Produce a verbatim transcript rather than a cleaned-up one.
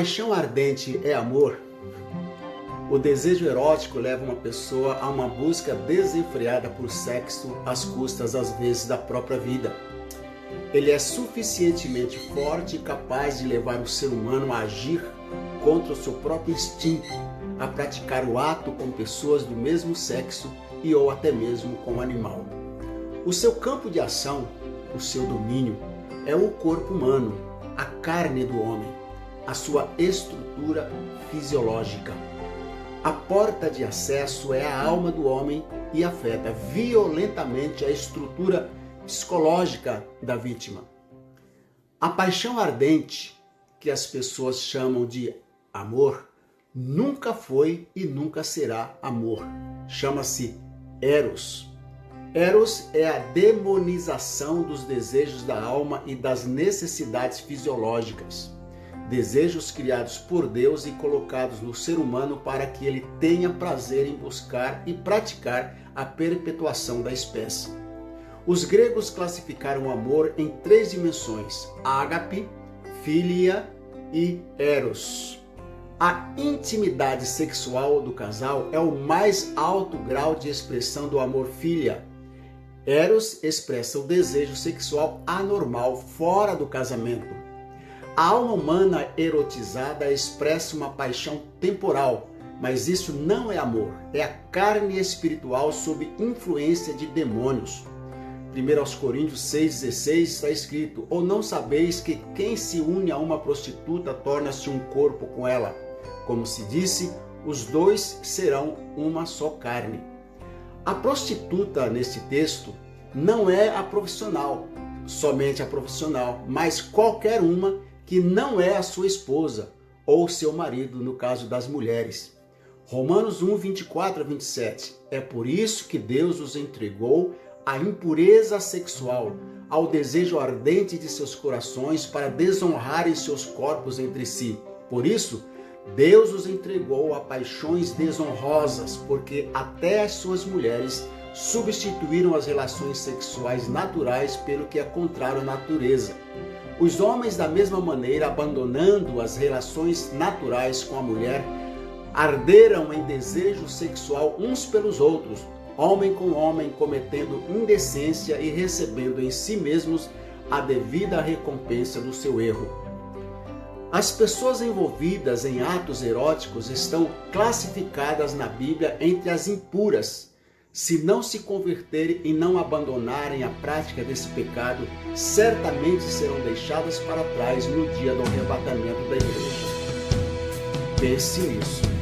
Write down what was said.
paixão ardente é amor? O desejo erótico leva uma pessoa a uma busca desenfreada por sexo às custas, às vezes, da própria vida. Ele é suficientemente forte e capaz de levar o ser humano a agir contra o seu próprio instinto, a praticar o ato com pessoas do mesmo sexo e ou até mesmo com o animal. O seu campo de ação, o seu domínio, é o corpo humano, a carne do homem, a sua estrutura fisiológica. A porta de acesso é a alma do homem e afeta violentamente a estrutura psicológica da vítima. A paixão ardente, que as pessoas chamam de amor, nunca foi e nunca será amor. Chama-se Eros. Eros é a demonização dos desejos da alma e das necessidades fisiológicas. Desejos criados por Deus e colocados no ser humano para que ele tenha prazer em buscar e praticar a perpetuação da espécie. Os gregos classificaram o amor em três dimensões: ágape, filia e eros. A intimidade sexual do casal é o mais alto grau de expressão do amor filia. Eros expressa o desejo sexual anormal fora do casamento. A alma humana erotizada expressa uma paixão temporal, mas isso não é amor, é a carne espiritual sob influência de demônios. primeira Coríntios seis, dezesseis está escrito: ou não sabeis que quem se une a uma prostituta torna-se um corpo com ela? Como se disse, os dois serão uma só carne. A prostituta neste texto não é a profissional, somente a profissional, mas qualquer uma que não é a sua esposa ou seu marido, no caso das mulheres. Romanos um, vinte e quatro a vinte e sete. É por isso que Deus os entregou à impureza sexual, ao desejo ardente de seus corações para desonrarem seus corpos entre si. Por isso, Deus os entregou a paixões desonrosas, porque até as suas mulheres substituíram as relações sexuais naturais pelo que é contrário à natureza. Os homens, da mesma maneira, abandonando as relações naturais com a mulher, arderam em desejo sexual uns pelos outros, homem com homem, cometendo indecência e recebendo em si mesmos a devida recompensa do seu erro. As pessoas envolvidas em atos eróticos estão classificadas na Bíblia entre as impuras. Se não se converterem e não abandonarem a prática desse pecado, certamente serão deixadas para trás no dia do arrebatamento da igreja. Pense nisso.